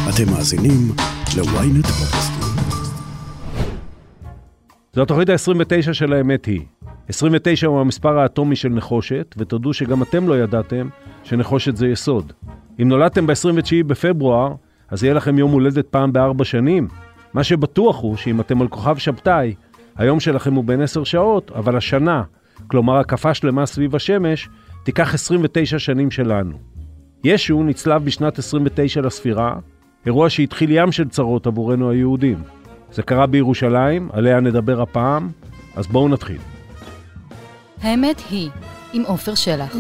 אתם מאזינים ל-ynet פודקאסטים. זו התוכנית ה-29 של האמת היא. 29 הוא המספר האטומי של נחושת, ותודו שגם אתם לא ידעתם שנחושת זה יסוד. אם נולדתם ב-29 בפברואר, אז יהיה לכם יום הולדת פעם ב4 שנים. מה שבטוח הוא שאם אתם על כוכב שבתאי, היום שלכם הוא בין 10 שעות, אבל השנה, כלומר הקפה שלמה סביב השמש, תיקח 29 שנים שלנו. ישו נצלב בשנת 29 לספירה, אירוע שהתחיל ים של צרות עבורנו היהודים. זה קרה בירושלים, עליה נדבר הפעם, אז בואו נתחיל. האמת היא, עם עופר שלח.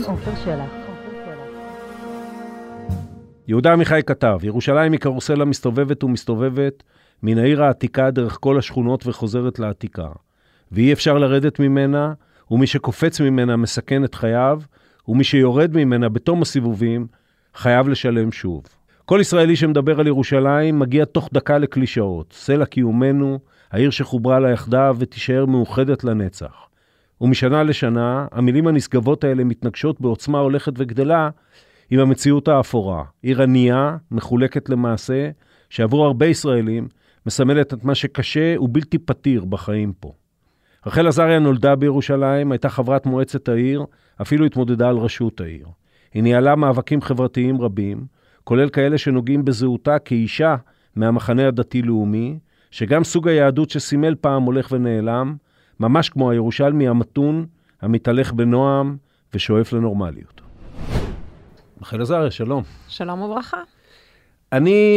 יהודה עמיחי כתב, ירושלים היא קרוסלה מסתובבת ומסתובבת מן העיר העתיקה דרך כל השכונות וחוזרת לעתיקה. ואי אפשר לרדת ממנה, ומי שקופץ ממנה מסכן את חייו, ומי שיורד ממנה בתום הסיבובים חייב לשלם שוב. כל ישראלי שמדבר על ירושלים מגיע תוך דקה לקלישאות, סלע קיומנו, העיר שחוברה לה יחדיו ותישאר מאוחדת לנצח. ומשנה לשנה, המילים הנשגבות האלה מתנגשות בעוצמה הולכת וגדלה עם המציאות האפורה. עיר ענייה, מחולקת למעשה, שעבור הרבה ישראלים מסמלת את מה שקשה ובלתי פתיר בחיים פה. רחל עזריה נולדה בירושלים, הייתה חברת מועצת העיר, אפילו התמודדה על ראשות העיר. היא ניהלה מאבקים חברתיים רבים, כולל כאלה שנוגעים בזהותה כאישה מהמחנה הדתי-לאומי, שגם סוג היהדות שסימל פעם הולך ונעלם, ממש כמו הירושלמי המתון, המתהלך בנועם ושואף לנורמליות. רחל עזריה, שלום. שלום וברכה. אני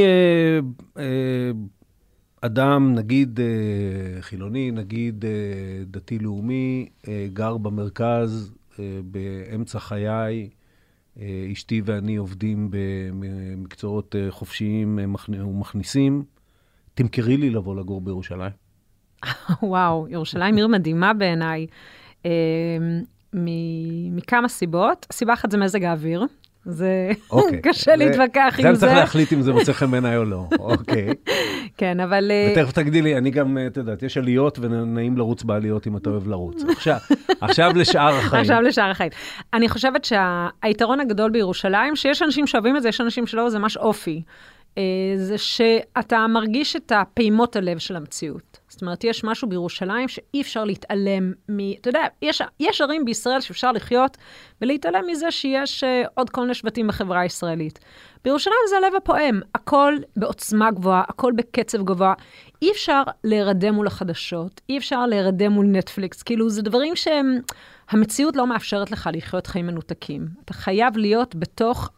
אדם, נגיד חילוני, נגיד דתי-לאומי, גר במרכז באמצע חיי, אשתי ואני עובדים במקצועות חופשיים ומכניסים. תמכרי לי לבוא לגור בירושלים. וואו, ירושלים עיר מדהימה בעיניי, מכמה סיבות. סיבה אחת זה מזג האוויר. זה קשה להתווכח עם זה. זה צריך להחליט אם זה מוצא חן בעיניי או לא. אוקיי. כן, אבל... ותכף תגידי לי, אני גם, אתה יודעת, יש עליות ונעים לרוץ בעליות אם אתה אוהב לרוץ. עכשיו לשאר החיים. עכשיו לשאר החיים. אני חושבת שהיתרון הגדול בירושלים, שיש אנשים שאוהבים את זה, יש אנשים שלא, זה ממש אופי. זה שאתה מרגיש את הפעימות הלב של המציאות. זאת אומרת, יש משהו בירושלים שאי אפשר להתעלם אתה יודע, יש ערים בישראל שאפשר לחיות ולהתעלם מזה שיש עוד כל מיני שבטים בחברה הישראלית. בירושלים זה הלב הפועם, הכל בעוצמה גבוהה, הכל בקצב גבוה. אי אפשר להירדם מול החדשות, אי אפשר להירדם מול נטפליקס, כאילו זה דברים שהמציאות לא מאפשרת לך לחיות חיים מנותקים. אתה חייב להיות בתוך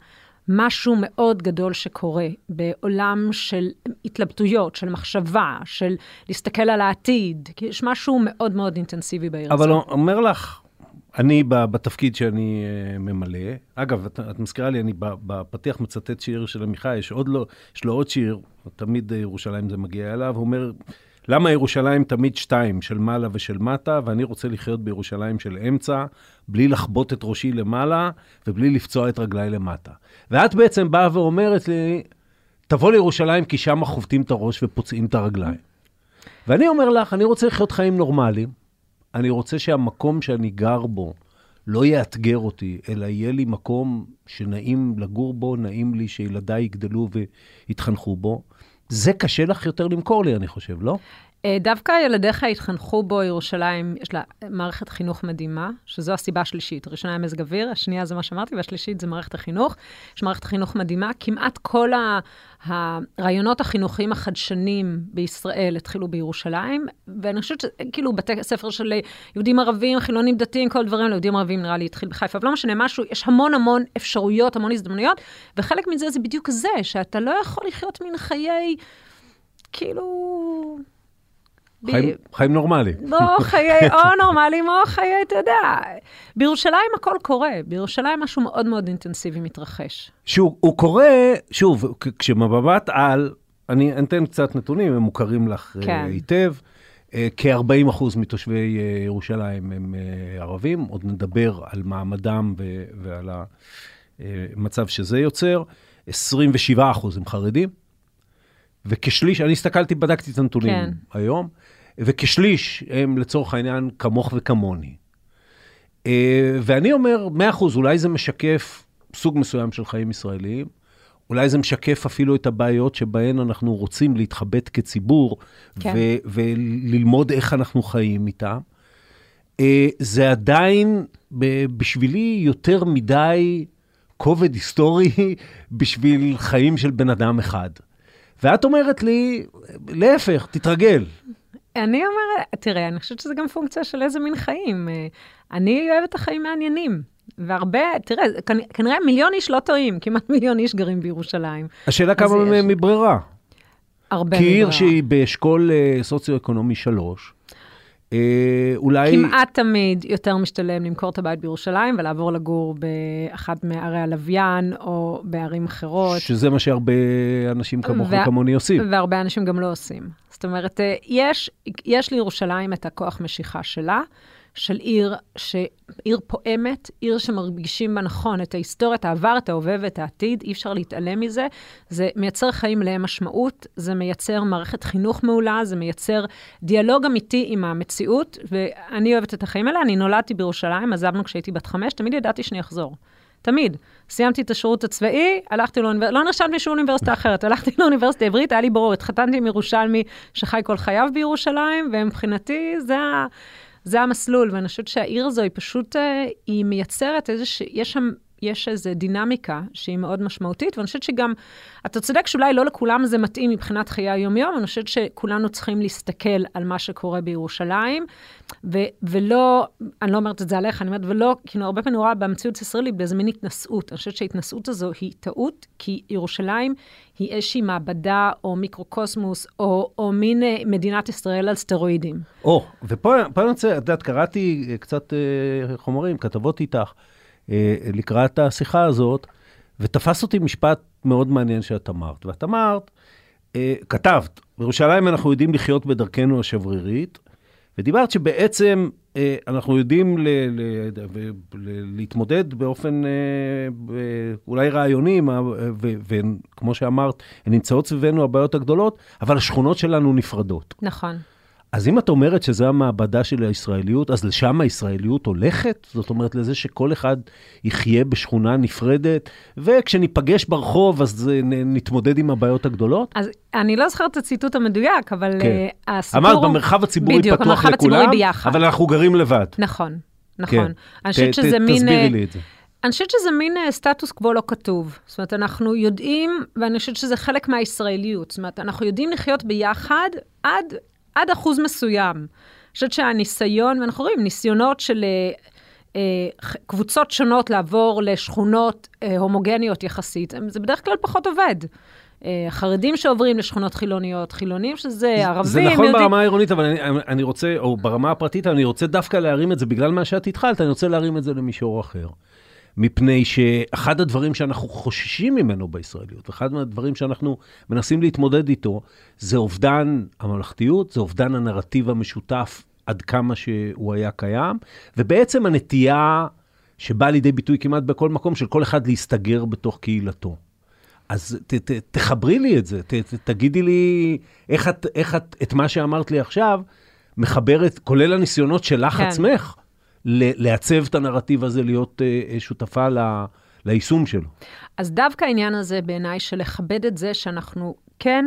משהו מאוד גדול שקורה בעולם של התלבטויות, של מחשבה, של להסתכל על העתיד. כי יש משהו מאוד מאוד אינטנסיבי בעיר הזאת. אבל אומר לך, אני בתפקיד שאני ממלא, אגב, את מזכירה לי, אני בפתיח מצטט שיר של עמיחי, יש לו עוד שיר, תמיד ירושלים זה מגיע אליו, הוא אומר, למה ירושלים תמיד 2, של מעלה ושל מטה, ואני רוצה לחיות בירושלים של אמצע, בלי לחבוט את ראשי למעלה, ובלי לפצוע את רגליי למטה. ואת בעצם באה ואומרת לי, תבוא לירושלים, כי שם חובטים את הראש ופוצעים את הרגליים. ואני אומר לך, אני רוצה לחיות חיים נורמליים, אני רוצה שהמקום שאני גר בו לא יאתגר אותי, אלא יהיה לי מקום שנעים לגור בו, נעים לי שילדיי יגדלו ויתחנכו בו. זה קשה לך יותר למכור לי, אני חושב, לא? דווקא ילדיך התחנכו בו, ירושלים, יש לה מערכת חינוך מדהימה, שזו הסיבה השלישית. הראשונה היא מזג אוויר, השנייה זה מה שאמרתי, והשלישית זה מערכת החינוך. יש מערכת חינוך מדהימה, כמעט כל הרעיונות החינוכיים החדשנים בישראל התחילו בירושלים, ואני חושבת שכאילו בתי ספר של יהודים ערבים, חילונים דתיים, כל דברים, ליהודים ערבים נראה לי התחיל בחיפה, אבל לא משנה משהו, יש המון המון אפשרויות, המון הזדמנויות, וחלק מזה זה בדיוק זה, שאתה לא יכול לחיות מן חיי, כאילו... חיים נורמליים. לא חיי, או נורמליים, או חיי, אתה יודע. בירושלים הכל קורה. בירושלים משהו מאוד מאוד אינטנסיבי מתרחש. שוב, הוא קורה, שוב, כשמבט על, אני אתן קצת נתונים, הם מוכרים לך היטב, כ-40% מתושבי ירושלים הם ערבים, עוד נדבר על מעמדם ועל המצב שזה יוצר, 27% הם חרדים, וכשליש, אני הסתכלתי, בדקתי את הנתונים היום, וכשליש הם לצורך העניין כמוך וכמוני. ואני אומר, 100%, אולי זה משקף סוג מסוים של חיים ישראליים, אולי זה משקף אפילו את הבעיות שבהן אנחנו רוצים להתחבט כציבור, כן. וללמוד איך אנחנו חיים איתם. זה עדיין בשבילי יותר מדי כובד היסטורי בשביל חיים של בן אדם אחד. ואת אומרת לי, להפך, תתרגל. אני אומרת, תראה, אני חושבת שזה גם פונקציה של איזה מין חיים. אני אוהבת את החיים מעניינים. והרבה, תראה, כנראה 1,000,000 איש לא טועים, כמעט 1,000,000 איש גרים בירושלים. השאלה כמה מברירה. הרבה מברירה. כי עיר שהיא באשכול סוציו-אקונומי 3, אולי... כמעט תמיד יותר משתלם למכור את הבית בירושלים, ולעבור לגור באחת מערי הלוויין, או בערים אחרות. שזה מה שהרבה אנשים כמוך וכמוני עושים. והרבה אנשים גם לא עושים. זאת אומרת, יש לירושלים את הכוח משיכה שלה, של עיר פועמת, עיר שמרגישים בה נכון, את ההיסטוריה, את העבר, את ההווה ואת העתיד, אי אפשר להתעלם מזה. זה מייצר חיים להם משמעות, זה מייצר מערכת חינוך מעולה, זה מייצר דיאלוג אמיתי עם המציאות, ואני אוהבת את החיים האלה. אני נולדתי בירושלים, עזבנו כשהייתי בת 5, תמיד ידעתי שאני אחזור. תמיד. סיימתי את השירות הצבאי, הלכתי לא נרשמתי בשום אוניברסיטה אחרת, הלכתי לאוניברסיטה העברית, היה לי ברור, התחתנתי עם ירושלמי שחי כל חייו בירושלים, ומבחינתי זה המסלול, ואני חושבת שהעיר הזו היא פשוט, היא מייצרת יש איזו דינמיקה שהיא מאוד משמעותית, ואני חושבת שגם, אתה צודק שאולי לא לכולם זה מתאים מבחינת חיי היום-יום, אני חושבת שכולנו צריכים להסתכל על מה שקורה בירושלים, ולא, אני לא אומרת את זה עליך, אני אומרת, ולא, כאילו הרבה פעמים רואה במציאות הישראלית באיזה מין התנסות, אני חושבת שההתנסות הזו היא טעות, כי ירושלים היא איזושהי מעבדה, או מיקרוקוסמוס, או מין מדינת ישראל על סטרואידים. ופה אני רוצה, את יודעת, קראתי קצת חומרים, כתבות איתך, לקראת השיחה הזאת, ותפס אותי משפט מאוד מעניין שאת אמרת. ואת אמרת, כתבת, בירושלים אנחנו יודעים לחיות בדרכנו השברירית, ודיברת שבעצם אנחנו יודעים להתמודד באופן אולי רעיוני, וכמו שאמרת, הן נמצאות סביבנו הבעיות הגדולות, אבל השכונות שלנו נפרדות. נכון. אז אם את אומרת שזו המעבדה של הישראליות, אז לשם הישראליות הולכת? זאת אומרת, לזה שכל אחד יחיה בשכונה נפרדת, וכשניפגש ברחוב, אז נתמודד עם הבעיות הגדולות? אז אני לא זוכרת את הציטוט המדויק, אבל הסיפור... אמרת, במרחב הציבורי בדיוק, פתוח לכולם, אבל אנחנו גרים לבד. נכון, נכון. אני חושבת שזה מין... תסבירי לי את זה. אני חושבת שזה מין סטטוס קוו לא כתוב. זאת אומרת, אנחנו יודעים, ואני חושבת שזה חלק מהישראליות. זאת אומרת, אנחנו יודעים לחיות ביחד עד אחוז מסוים. אני חושבת שהניסיון, ואנחנו רואים ניסיונות של קבוצות שונות לעבור לשכונות הומוגניות יחסית, זה בדרך כלל פחות עובד. חרדים שעוברים לשכונות חילוניות, חילונים שזה ערבים. זה נכון ברמה העירונית, אבל אני רוצה, או ברמה הפרטית, אני רוצה דווקא להרים את זה, בגלל מה שאת התחלת, אני רוצה להרים את זה למישור אחר. מפני שאחד הדברים שאנחנו חוששים ממנו בישראליות, ואחד מהדברים שאנחנו מנסים להתמודד איתו, זה אובדן הממלכתיות, זה אובדן הנרטיב המשותף עד כמה שהוא היה קיים, ובעצם הנטייה שבאה לידי ביטוי כמעט בכל מקום, של כל אחד להסתגר בתוך קהילתו. אז תחברי לי את זה, תגידי לי איך את מה שאמרת לי עכשיו, מחברת, כולל הניסיונות שלך עצמך, לעצב את הנרטיב הזה, להיות שותפה ליישום שלו. אז דווקא העניין הזה בעיניי, של לכבד את זה שאנחנו כן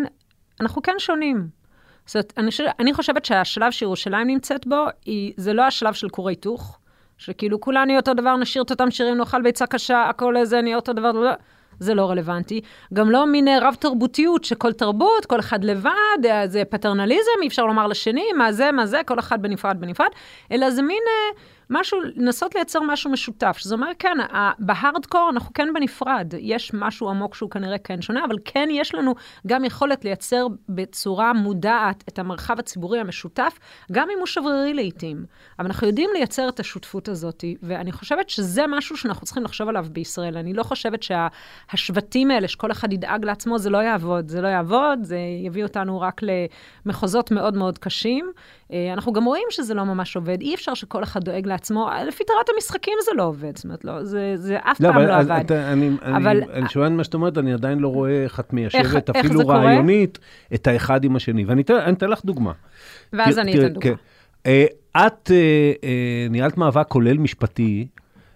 שונים. זאת אומרת, אני חושבת שהשלב שירושלים נמצאת בו, זה לא השלב של כור היתוך, שכאילו כולנו נהיה אותו דבר, נשאיר את אותם שירים, נאכל ביצה קשה, הכל איזה נהיה אותו דבר, זה לא רלוונטי. גם לא מין רב תרבותיות, שכל תרבות, כל אחד לבד, זה פטרנליזם, אי אפשר לומר לשני, מה זה, כל אחד בנפרד, אלא זה מין משהו, לנסות לייצר משהו משותף, שזה אומר, כן, בהארדקור אנחנו כן בנפרד, יש משהו עמוק שהוא כנראה כן שונה, אבל כן יש לנו גם יכולת לייצר בצורה מודעת את המרחב הציבורי המשותף, גם אם הוא שברירי לעתים. אבל אנחנו יודעים לייצר את השותפות הזאת, ואני חושבת שזה משהו שאנחנו צריכים לחשוב עליו בישראל. אני לא חושבת שהשבטים האלה, שכל אחד ידאג לעצמו, זה לא יעבוד, זה יביא אותנו רק למחוזות מאוד מאוד קשים. אנחנו גם רואים שזה לא ממש עובד. אי אפשר שכל אחד דואג לעצמו. לפי תורת המשחקים זה לא עובד. זאת אומרת, זה אף פעם לא עבד. אני שואל מה שאת אומרת, אני עדיין לא רואה איך את מיישבת, אפילו רעיונית, את האחד עם השני. ואני אתן לך דוגמה. ואז אני אתן דוגמה. את ניהלת מאבק כולל משפטי,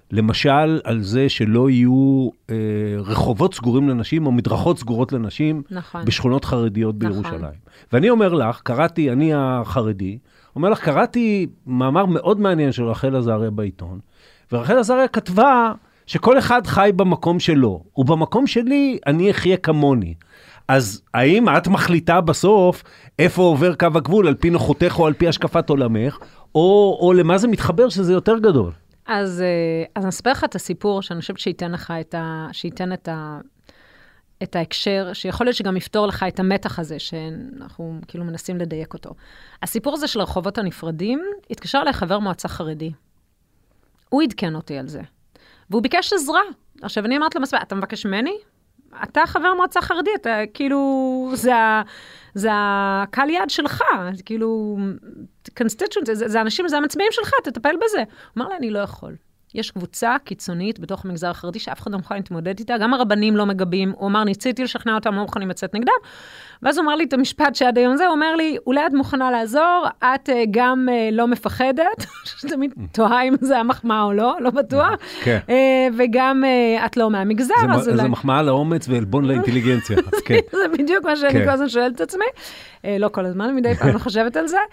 למשל על זה שלא יהיו רחובות סגורים לנשים, או מדרכות סגורות לנשים, נכון. בשכונות חרדיות בירושלים. נכון. ואני אומר לך, קראתי, אני החרדי, אומר לך, קראתי מאמר מאוד מעניין של רחל עזריה בעיתון, ורחל עזריה כתבה שכל אחד חי במקום שלו, ובמקום שלי אני אחיה כמוני. אז האם את מחליטה בסוף איפה עובר קו הגבול, על פי נוחותך או על פי השקפת עולמך, או למה זה מתחבר שזה יותר גדול? אז אני אספר לך את הסיפור, שאני חושבת שייתן לך שייתן את ההקשר, שיכול להיות שגם יפתור לך את המתח הזה, שאנחנו כאילו מנסים לדייק אותו. הסיפור הזה של הרחובות הנפרדים, התקשר אליי חבר מועצה חרדי. הוא עדכן אותי על זה. והוא ביקש עזרה. עכשיו, אני אמרת לו, אתה מבקש ממני? אתה חבר מועצה חרדי, אתה כאילו, זה הקהל יד שלך, זה כאילו, constituent, זה אנשים, זה המצביעים שלך, תטפל בזה. הוא אמר לי, אני לא יכול. יש קבוצה קיצונית בתוך המגזר החרדי, שאף אחד לא מוכן להתמודד איתה, גם הרבנים לא מגבים, הוא אמר, ניסיתי לשכנע אותם, לא מוכנים לצאת נגדם, ואז הוא אמר לי את המשפט שעד היום זה, הוא אומר לי, אולי את מוכנה לעזור, את גם לא מפחדת, שתמיד תוהה אם זה המחמאה או לא, לא בטוח, וגם את לא מהמגזר. זה מחמאה לאומץ ועלבון לאינטליגנציה. זה בדיוק מה שאני כל הזמן שואלת את עצמי, לא כל הזמן, מדי פעם לא חושבת על זה,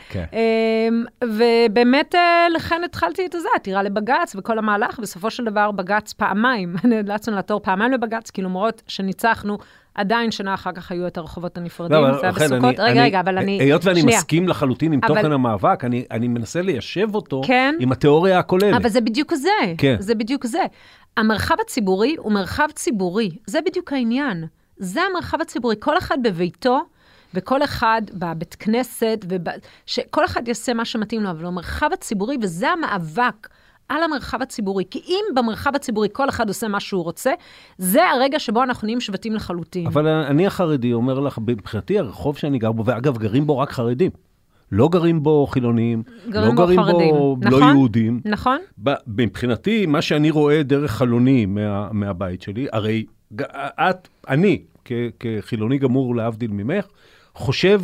ובאמת לכן התחלתי את זה, עתירה לבג"ץ וכל המהלך, בסופו של דבר בג"ץ פעמיים, נאלצנו לעתור פעמיים לבג"ץ, כי למרות שניצחנו, עדיין שנה אחר כך היו את הרחובות הנפרדים, זה היה בסוכות. רגע, אבל אני... היות ואני מסכים לחלוטין עם תוכן המאבק, אני מנסה ליישב אותו עם התיאוריה הכוללת. אבל זה בדיוק זה, זה בדיוק זה. המרחב הציבורי הוא מרחב ציבורי, זה בדיוק העניין. זה המרחב הציבורי, כל אחד בביתו, וכל אחד בבית כנסת, שכל אחד יעשה מה שמתאים לו, אבל המרחב הציבורי, וזה המאבק על המרחב הציבורי, כי אם במרחב הציבורי כל אחד עושה מה שהוא רוצה, זה הרגע שבו אנחנו נהיים שבטים לחלוטין. אבל אני החרדי אומר לך, מבחינתי הרחוב שאני גר בו, ואגב גרים בו רק חרדים, לא גרים בו חילונים, לא גרים בו לא יהודים. נכון. מבחינתי, מה שאני רואה דרך חלוני מהבית שלי, הרי אני כחילוני גמור להבדיל ממך, חושב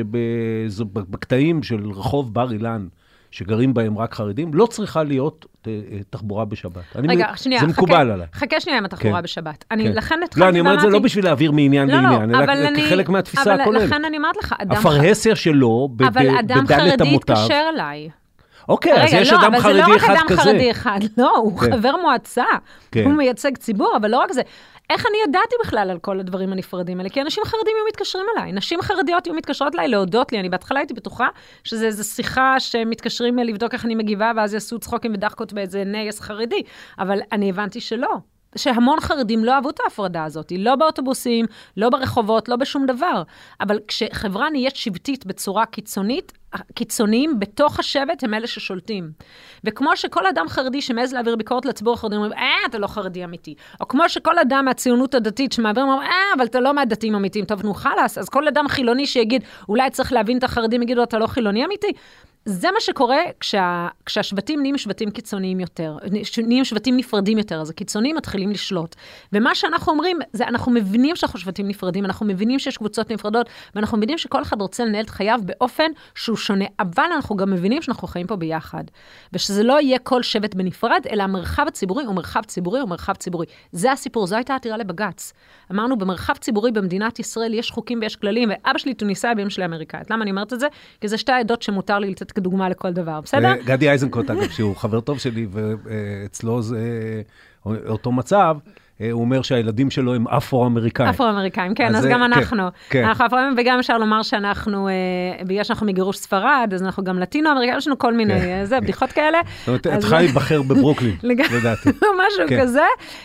שבקטעים של רחוב בר אילן, שגרים בהם רק חרדים, לא צריכה להיות תחבורה בשבת. רגע, שנייה, זה מקובל עליי. חכה שנייה עם התחבורה בשבת. אני לכן התחלתי לא, אני אומרת זה לא בשביל להעביר מעניין לעניין, אלא כחלק מהתפיסה הכוללת. אבל לכן אני אומרת לך, הפרהסיה שלו בדלת אמותיו. אבל אדם חרדי התקשר אליי. אוקיי, אז יש אדם חרדי אחד כזה. אבל זה לא רק אדם חרדי אחד, לא, הוא חבר מועצה, הוא מייצג ציבור, אבל לא רק זה. איך אני ידעתי בכלל על כל הדברים הנפרדים האלה? כי אנשים חרדים היו מתקשרים אליי, נשים חרדיות היו מתקשרות אליי להודות לי, אני בהתחלה הייתי בטוחה שזה איזו שיחה שמתקשרים לבדוק איך אני מגיבה, ואז יעשו צחוקים ודחקות באיזה נייס חרדי, אבל אני הבנתי שלא. שהמון חרדים לא אהבו את ההפרדה הזאת, לא באוטובוסים, לא ברחובות, לא בשום דבר. אבל כשחברה נהיית שבטית בצורה קיצונית, קיצוניים בתוך השבט הם אלה ששולטים. וכמו שכל אדם חרדי שמעז להעביר ביקורת לציבור החרדי, אומרים, אתה לא חרדי אמיתי. או כמו שכל אדם מהציונות הדתית שמעביר, אומר, אבל אתה לא מהדתיים אמיתיים. טוב, נו חלס. אז כל אדם חילוני שיגיד, אולי צריך להבין את החרדים, יגידו, אתה לא חילוני אמיתי. זה מה שקורה כשהשבטים נהיים שבטים קיצוניים יותר, נהיים שבטים נפרדים יותר, אז הקיצוניים מתחילים לשלוט. ומה שאנחנו אומרים, זה אנחנו מבינים שאנחנו שבטים נפרדים, אנחנו מבינים שיש קבוצות נפרדות, ואנחנו מבינים שכל אחד רוצה לנהל את חייו באופן שהוא שונה, אבל אנחנו גם מבינים שאנחנו חיים פה ביחד. ושזה לא יהיה כל שבט בנפרד, אלא המרחב הציבורי הוא מרחב ציבורי, הוא מרחב ציבורי. זה הסיפור, זו הייתה עתירה לבג"ץ. אמרנו, במרחב ציבורי במדינת ישראל יש חוקים ויש כללים, ואבא שלי טוניסאי, ואמא שלי אמריקאית. למה אני אומרת את זה? כי זה שתי העדות שמותר לי לתת כדוגמה לכל דבר, בסדר? גדי איזנקוט, אגב, שהוא חבר טוב שלי, ואצלו זה אותו מצב, הוא אומר שהילדים שלו הם אפרו-אמריקאים. אפרו-אמריקאים, כן, אז גם אנחנו. אנחנו אפרו-אמריקאים, וגם אפשר לומר שאנחנו, בגלל שאנחנו מגירוש ספרד, אז אנחנו גם לטינו-אמריקאים, יש לנו כל מיני, זה, בדיחות כאלה. זאת אומרת, את חי בחר בברוקלין, לדעתי. משהו כזה.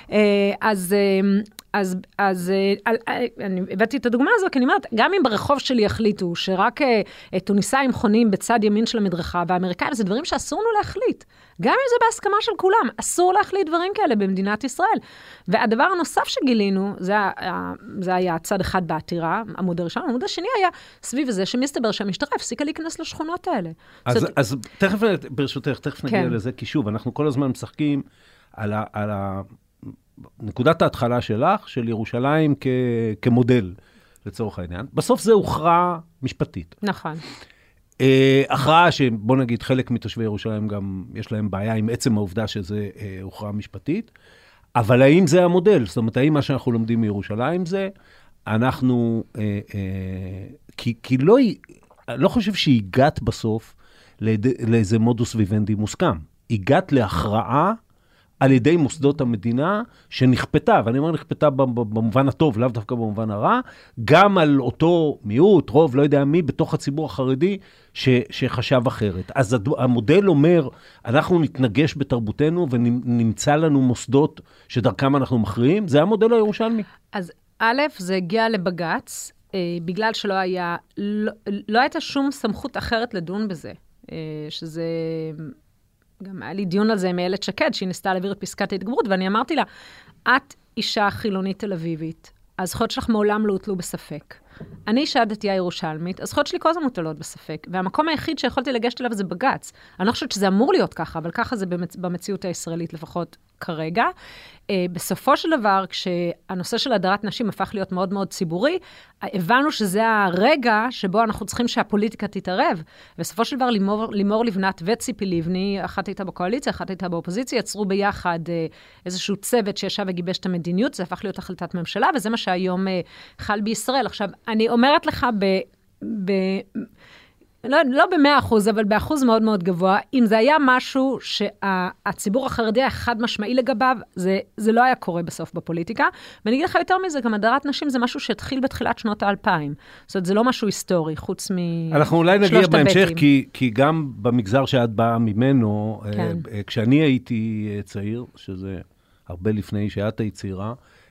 אז אני הבאתי את הדוגמה הזו, כי אני אומרת, גם אם ברחוב שלי יחליטו שרק טוניסאים חונים בצד ימין של המדרכה, והאמריקאים, זה דברים שאסור לנו להחליט. גם אם זה בהסכמה של כולם, אסור להחליט דברים כאלה במדינת ישראל. והדבר הנוסף שגילינו, זה היה צד אחד בעתירה, עמוד הראשון, העמוד השני היה סביב זה שמסתבר שהמשטרה הפסיקה להיכנס לשכונות האלה. אז תכף, ברשותך, תכף נגיע לזה, כי שוב, אנחנו כל הזמן משחקים על נקודת ההתחלה שלך, של ירושלים כמודל, לצורך העניין. בסוף זה הוכרע משפטית. נכון. הכרעה שבוא נגיד חלק מתושבי ירושלים גם יש להם בעיה עם עצם העובדה שזה הוכרעה משפטית, אבל האם זה המודל? זאת אומרת, האם מה שאנחנו לומדים מירושלים זה, אנחנו, כי לא חושב שהגעת בסוף לאיזה מודוס ויבנדי מוסכם. הגעת להכרעה על ידי מוסדות המדינה שנכפתה, ואני אומר נכפתה במובן הטוב, לאו דווקא במובן הרע, גם על אותו מיעוט, רוב, לא יודע מי, בתוך הציבור החרדי שחשב אחרת. אז המודל אומר, אנחנו נתנגש בתרבותנו ונמצא לנו מוסדות שדרכם אנחנו מכריעים, זה המודל הירושלמי. אז א', זה הגיע לבג"ץ, בגלל שלא הייתה שום סמכות אחרת לדון בזה, שזה... גם היה לי דיון על זה עם איילת שקד, שהיא ניסתה להעביר את פסקת ההתגברות, ואני אמרתי לה, את אישה חילונית תל אביבית, הזכויות שלך מעולם לא הוטלו בספק. אני אישה דתייה ירושלמית, הזכויות שלי כל הזמן מוטלות בספק, והמקום היחיד שיכולתי לגשת אליו זה בג"ץ. אני לא חושבת שזה אמור להיות ככה, אבל ככה זה במציאות הישראלית לפחות כרגע. בסופו של דבר, כשהנושא של הדרת נשים הפך להיות מאוד מאוד ציבורי, הבנו שזה הרגע שבו אנחנו צריכים שהפוליטיקה תתערב. בסופו של דבר, לימור לבנת וציפי לבני, אחת הייתה בקואליציה, אחת הייתה באופוזיציה, יצרו ביחד איזשהו צוות שישב וגיבש את המדיניות, זה הפך להיות החלטת ממשלה, וזה מה שהיום חל בישראל. עכשיו, אני אומרת לך לא ב100%, אבל באחוז מאוד מאוד גבוה, אם זה היה משהו שהציבור החרדי היה חד משמעי לגביו, זה לא היה קורה בסוף בפוליטיקה. ואני אגיד לך יותר מזה, גם הדרת נשים זה משהו שהתחיל בתחילת שנות ה-2000. זאת אומרת, זה לא משהו היסטורי, חוץ אנחנו אולי נגיע בהמשך, כי גם במגזר שאת באה ממנו, כשאני הייתי צעיר, שזה הרבה לפני שאת היית צעירה,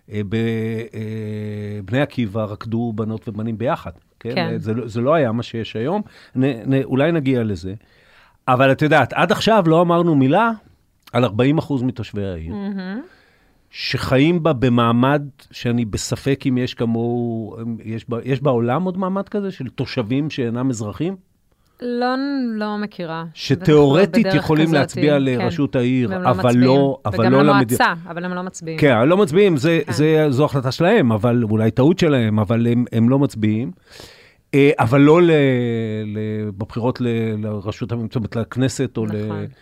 בני עקיבא רקדו בנות ובנים ביחד. כן? זה לא היה מה שיש היום, אולי נגיע לזה. אבל את יודעת, עד עכשיו לא אמרנו מילה על 40% מתושבי העיר, שחיים בה במעמד שאני בספק אם יש כמוהו, יש בעולם עוד מעמד כזה של תושבים שאינם אזרחים? לא מכירה. שתיאורטית יכולים להצביע לרשות העיר, אבל לא... וגם למועצה, אבל הם לא מצביעים. כן, הם לא מצביעים, זו החלטה שלהם, אבל אולי טעות שלהם, אבל הם לא מצביעים. אבל לא בבחירות לרשות המקומית, לכנסת, או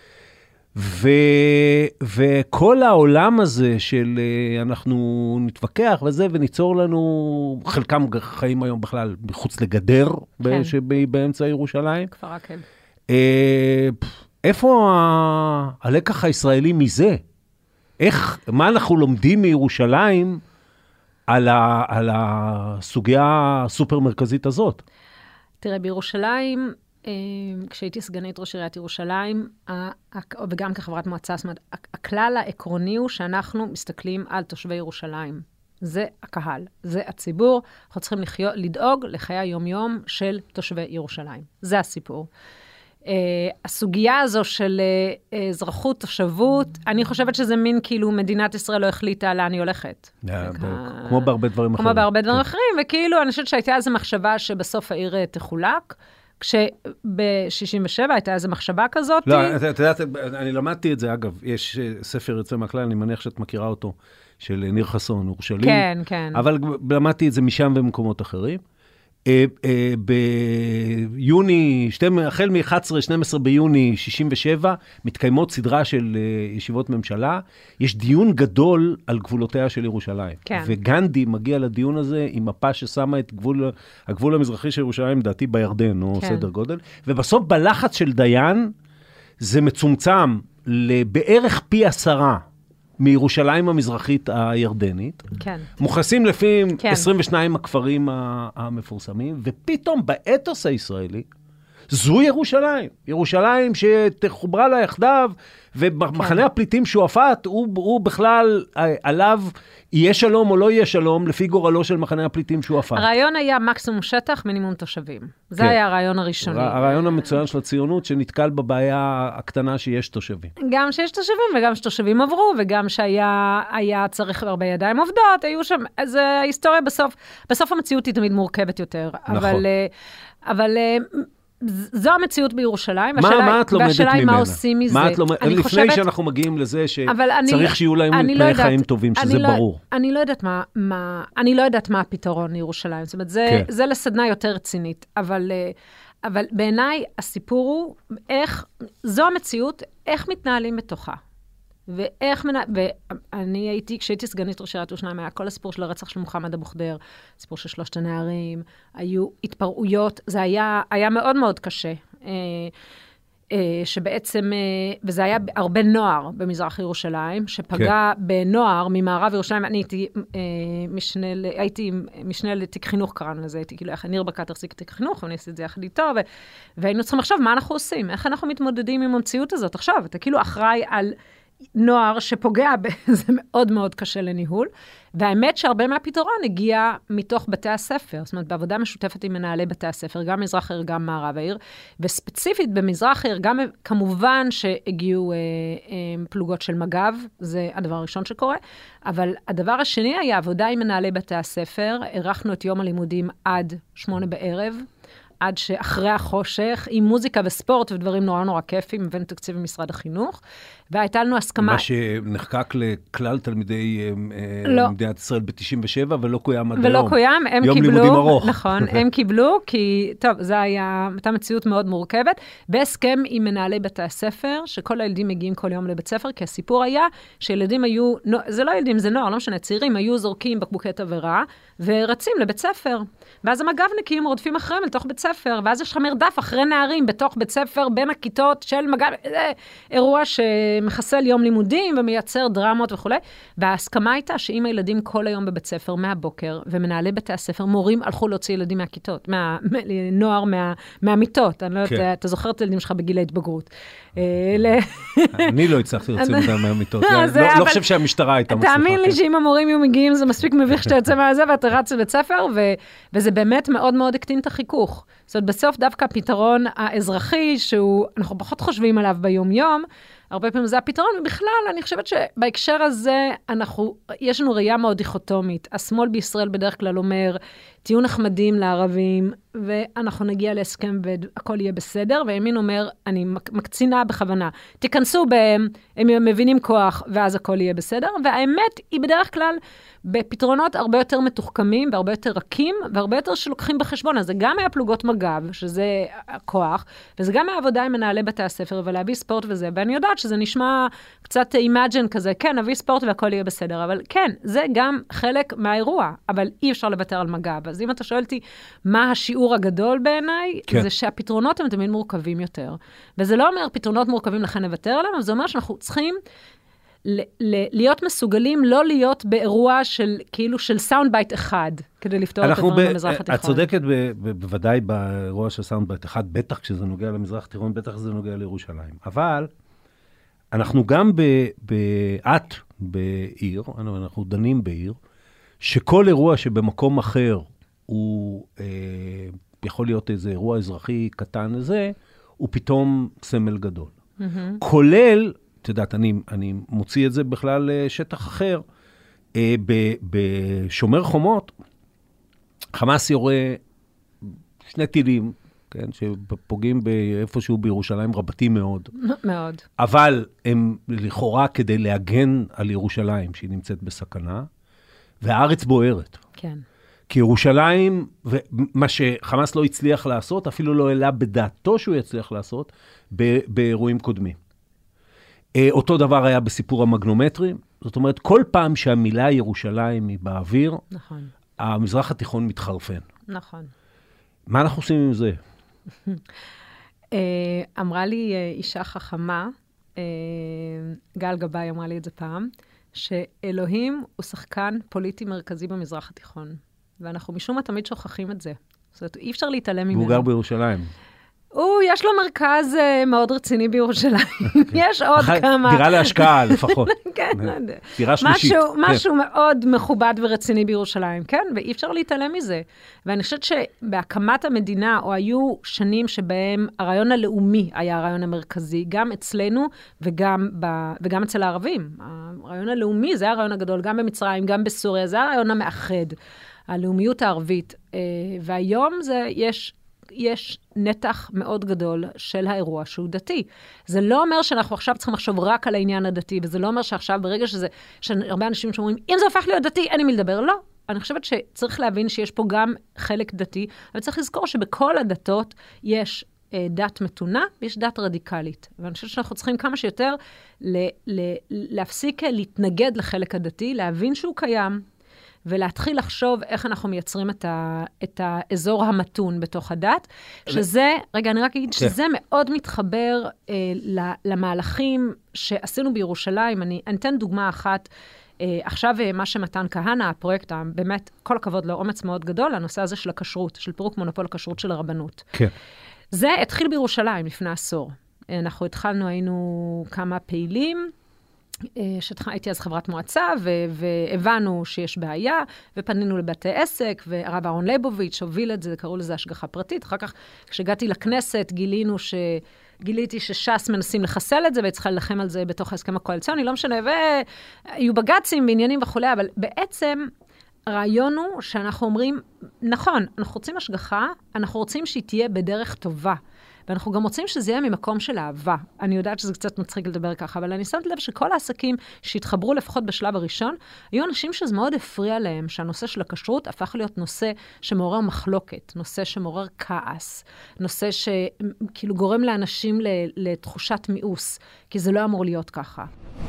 וכל העולם הזה של אנחנו נתווכח וזה, וניצור לנו, חלקם חיים היום בכלל מחוץ לגדר, באמצע ירושלים. כפר עקב. איפה הלקח הישראלי מזה? מה אנחנו לומדים מירושלים על הסוגיה הסופר מרכזית הזאת? תראה, בירושלים, כשהייתי סגנית ראש עיריית ירושלים, וגם כחברת מועצה, זאת אומרת, הכלל העקרוני הוא שאנחנו מסתכלים על תושבי ירושלים. זה הקהל, זה הציבור. אנחנו צריכים לדאוג לחיי היום-יום של תושבי ירושלים. זה הסיפור. הסוגיה הזו של אזרחות, תושבות, אני חושבת שזה מין כאילו מדינת ישראל לא החליטה לאן היא הולכת. כמו בהרבה דברים אחרים. כמו בהרבה דברים אחרים, וכאילו אני חושבת שהייתה איזו מחשבה שבסוף העיר תחולק, כשב-67 הייתה איזו מחשבה כזאת. לא, את יודעת, אני למדתי את זה, אגב, יש ספר יוצא מהכלל, אני מניח שאת מכירה אותו, של ניר חסון, אורשלים. כן, כן. אבל למדתי את זה משם במקומות אחרים. ביוני, החל מ-11-12 ביוני 67, מתקיימות סדרה של ישיבות ממשלה, יש דיון גדול על גבולותיה של ירושלים. כן. וגנדי מגיע לדיון הזה עם מפה ששמה את הגבול המזרחי של ירושלים, דעתי בירדן, או סדר גודל, ובסוף בלחץ של דיין, זה מצומצם לבערך פי 10 מירושלים המזרחית הירדנית, כן. מוכנסים לפי 22 הכפרים המפורסמים, ופתאום באתוס הישראלי, זו ירושלים. ירושלים שתחוברה לה יחדיו, ומחנה הפליטים שועפאט, הוא בכלל עליו יהיה שלום או לא יהיה שלום, לפי גורלו של מחנה הפליטים שועפאט. הרעיון היה מקסימום שטח, מינימום תושבים. זה היה הרעיון הראשוני. הרעיון המצוין של הציונות, שנתקל בבעיה הקטנה שיש תושבים. גם שיש תושבים, וגם שתושבים עברו, וגם שהיה צריך הרבה ידיים עובדות, היו שם, אז ההיסטוריה בסוף המציאות היא תמיד מורכבת יותר. נכון. אבל זה. זו המציאות בירושלים, מה את לומדת ממנה? והשאלה היא מה עושים מזה. לפני שאנחנו מגיעים לזה שצריך שיהיו להם תנאי חיים טובים, שזה ברור. אני לא יודעת מה הפתרון לירושלים. זאת אומרת, זה לסדנה יותר רצינית, אבל בעיניי הסיפור הוא זו המציאות, איך מתנהלים בתוכה. ואני כשהייתי סגנית ראש עיריית ירושלים, היה כל הסיפור של הרצח של מוחמד אבו ח'דיר, סיפור של 3 הנערים, היו התפרעויות, זה היה מאוד מאוד קשה, שבעצם, וזה היה הרבה נוער במזרח ירושלים, שפגע בנוער ממערב ירושלים. אני הייתי משנה לתיק חינוך, קראנו לזה, הייתי כאילו, ניר ברקת החזיק תיק חינוך, ואני עשיתי את זה יחד איתו, והיינו צריכים לחשוב מה אנחנו עושים, איך אנחנו מתמודדים עם המציאות הזאת. עכשיו, אתה כאילו אחראי על נוער שפוגע, זה מאוד מאוד קשה לניהול, והאמת שהרבה מהפתרון הגיע מתוך בתי הספר, זאת אומרת, בעבודה משותפת עם מנהלי בתי הספר, גם מזרח העיר, גם מערב העיר, וספציפית במזרח העיר, גם כמובן שהגיעו פלוגות של מג"ב, זה הדבר הראשון שקורה, אבל הדבר השני היה עבודה עם מנהלי בתי הספר, ערכנו את יום הלימודים עד 8 בערב, עד שאחרי החושך, עם מוזיקה וספורט ודברים נורא נורא כיפים, הבאנו תקציב ממשרד החינוך, והייתה לנו הסכמה. מה שנחקק לכלל תלמידי מדינת ישראל ב-97, ולא קוים עד היום. ולא קוים, הם קיבלו. יום לימודים ארוך. נכון, הם קיבלו, כי, טוב, הייתה מציאות מאוד מורכבת, בהסכם עם מנהלי בתי הספר, שכל הילדים מגיעים כל יום לבית ספר, כי הסיפור היה שילדים היו, זה לא ילדים, זה נוער, לא משנה, צעירים, היו זורקים בקבוקי תבערה, ורצים לבית ספר. ואז המג"בניקים רודפים אחריהם לתוך בית ספר, ואז יש לך מרדף אחרי נערים בתוך בית ספר, בין הכיתות של מג"ב, זה אירוע שמחסל יום לימודים ומייצר דרמות וכו'. וההסכמה הייתה שאם הילדים כל היום בבית ספר מהבוקר, ומנהלי בתי הספר, מורים הלכו להוציא ילדים מהכיתות, נוער מהמיטות. אני לא יודעת, אתה זוכר את הילדים שלך בגיל ההתבגרות. אני לא הצלחתי להוציא אותם מהמיטות. לא חושב שהמשטרה הייתה מצליחה. תאמין לי שאם המורים יהיו מגיעים, זה מספיק מביך שאתה יוצא מהזה, ואתה רץ לבית ספר, וזה באמת מאוד מאוד הקטין את החיכוך. זאת אומרת, בסוף דווקא הפתרון האזרחי, אנחנו פחות חושבים עליו ביום-יום, הרבה פעמים זה הפתרון, ובכלל אני חושבת שבהקשר הזה יש לנו ראייה מאוד דיכוטומית. השמאל בישראל בדרך כלל אומר, תהיו נחמדים לערבים, ואנחנו נגיע להסכם והכל יהיה בסדר, והימין אומר, אני מקצינה בכוונה, תיכנסו בהם, הם מבינים כוח, ואז הכל יהיה בסדר, והאמת היא בדרך כלל בפתרונות הרבה יותר מתוחכמים, והרבה יותר רכים, והרבה יותר שלוקחים בחשבון. אז זה גם היה פלוגות מג"ב, שזה הכוח, וזה גם היה עבודה עם מנהלי בתי הספר, ולהביא ספורט וזה, ואני יודעת שזה נשמע קצת imagine כזה, כן, נביא ספורט והכל יהיה בסדר, אבל כן, זה גם חלק מהאירוע, אבל אי אפשר לוותר על מג"ב. אז אם אתה שואל אותי מה השיעור הגדול בעיניי, כן. זה שהפתרונות הם תמיד מורכבים יותר. וזה לא אומר פתרונות מורכבים לכן נוותר עליהם, אבל זה אומר שאנחנו צריכים להיות מסוגלים, לא להיות באירוע של, כאילו, של סאונד בייט אחד, כדי לפתור את הדברים במזרח התיכון. את צודקת בוודאי באירוע של סאונד בייט אחד, בטח כשזה נוגע למזרח התיכון, בטח כשזה נוגע לירושלים. אבל אנחנו גם בעיר, אנחנו דנים בעיר, שכל אירוע שבמקום אחר הוא יכול להיות איזה אירוע אזרחי קטן הזה, הוא פתאום סמל גדול. כולל, את יודעת, אני מוציא את זה בכלל לשטח אחר. בשומר חומות, חמאס יורה 2 טילים, כן, שפוגעים באיפשהו בירושלים רבתי מאוד. מאוד. אבל הם לכאורה כדי להגן על ירושלים, שהיא נמצאת בסכנה, והארץ בוערת. כן. כי ירושלים, ומה שחמאס לא הצליח לעשות, אפילו לא העלה בדעתו שהוא יצליח לעשות, באירועים קודמים. אותו דבר היה בסיפור המגנומטרים. זאת אומרת, כל פעם שהמילה ירושלים היא באוויר, נכון. המזרח התיכון מתחרפן. נכון. מה אנחנו עושים עם זה? אמרה לי אישה חכמה, גל גבאי אמרה לי את זה פעם, שאלוהים הוא שחקן פוליטי מרכזי במזרח התיכון. ואנחנו משום מה תמיד שוכחים את זה. זאת אומרת, אי אפשר להתעלם ממנו. והוא גר בירושלים. יש לו מרכז מאוד רציני בירושלים. יש עוד כמה... דירה להשקעה לפחות. כן, לא יודע. דירה שלישית. משהו מאוד מכובד ורציני בירושלים, כן? ואי אפשר להתעלם מזה. ואני חושבת שבהקמת המדינה, או היו שנים שבהם הרעיון הלאומי היה הרעיון המרכזי, גם אצלנו וגם אצל הערבים. הרעיון הלאומי זה הרעיון הגדול, גם במצרים, גם בסוריה, זה הרעיון המאחד, הלאומיות הערבית. והיום יש יש נתח מאוד גדול של האירוע שהוא דתי. זה לא אומר שאנחנו עכשיו צריכים לחשוב רק על העניין הדתי, וזה לא אומר שעכשיו ברגע שהרבה אנשים שאומרים, אם זה הופך להיות דתי, אין לי מי לדבר. לא. אני חושבת שצריך להבין שיש פה גם חלק דתי, אבל צריך לזכור שבכל הדתות יש דת מתונה ויש דת רדיקלית. ואני חושבת שאנחנו צריכים כמה שיותר להפסיק להתנגד לחלק הדתי, להבין שהוא קיים, ולהתחיל לחשוב איך אנחנו מייצרים את האזור המתון בתוך הדת, שזה, רגע, אני רק אגיד שזה מאוד מתחבר למהלכים שעשינו בירושלים. אני אתן דוגמה אחת, עכשיו מה שמתן כהנא, הפרויקט, באמת, כל הכבוד לו, אומץ מאוד גדול, הנושא הזה של הכשרות, של פירוק מונופול הכשרות של הרבנות. כן. זה התחיל בירושלים לפני עשור. אנחנו התחלנו, היינו כמה פעילים, הייתי אז חברת מועצה, והבנו שיש בעיה, ופנינו לבתי עסק, והרב אהרון ליבוביץ' הוביל את זה, קראו לזה השגחה פרטית. אחר כך, כשהגעתי לכנסת, גיליתי שש"ס מנסים לחסל את זה, וצריכה ללחם על זה בתוך ההסכם הקואליציוני, לא משנה, והיו בג"צים בעניינים וכולי, אבל בעצם הרעיון הוא שאנחנו אומרים, נכון, אנחנו רוצים השגחה, אנחנו רוצים שהיא תהיה בדרך טובה, ואנחנו גם רוצים שזה יהיה ממקום של אהבה. אני יודעת שזה קצת מצחיק לדבר ככה, אבל אני שמת לב שכל העסקים שהתחברו לפחות בשלב הראשון, היו אנשים שזה מאוד הפריע להם, שהנושא של הכשרות הפך להיות נושא שמעורר מחלוקת, נושא שמעורר כעס, נושא שכאילו גורם לאנשים לתחושת מיאוס, כי זה לא אמור להיות ככה.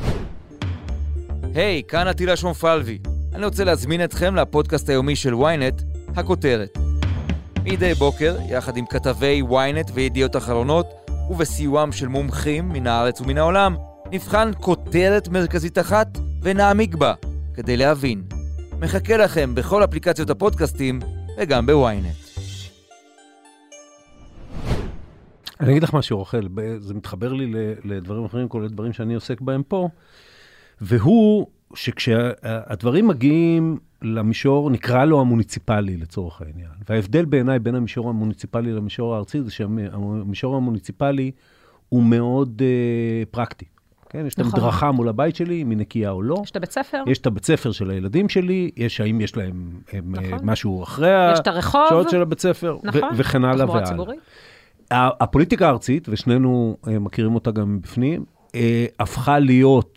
היי, כאן עטילה שומפלבי. אני רוצה להזמין אתכם לפודקאסט היומי של ynet, הכותרת. מדי בוקר, יחד עם כתבי ynet וידיעות אחרונות, ובסיועם של מומחים מן הארץ ומן העולם, נבחן כותרת מרכזית אחת ונעמיק בה, כדי להבין. מחכה לכם בכל אפליקציות הפודקאסטים וגם ב-ynet. אני אגיד לך משהו, רחל, זה מתחבר לי לדברים אחרים, כל הדברים שאני עוסק בהם פה, והוא שכשהדברים מגיעים למישור, נקרא לו המוניציפלי לצורך העניין. וההבדל בעיניי בין המישור המוניציפלי למישור הארצי, זה שהמישור המוניציפלי הוא מאוד פרקטי. כן? יש את המדרכה מול הבית שלי, אם היא נקייה או לא. יש את הבית ספר. יש את הבית ספר של הילדים שלי, האם יש להם משהו אחרי השעות של הבית ספר, וכן הלאה והלאה. הפוליטיקה הארצית, ושנינו מכירים אותה גם בפנים, הפכה להיות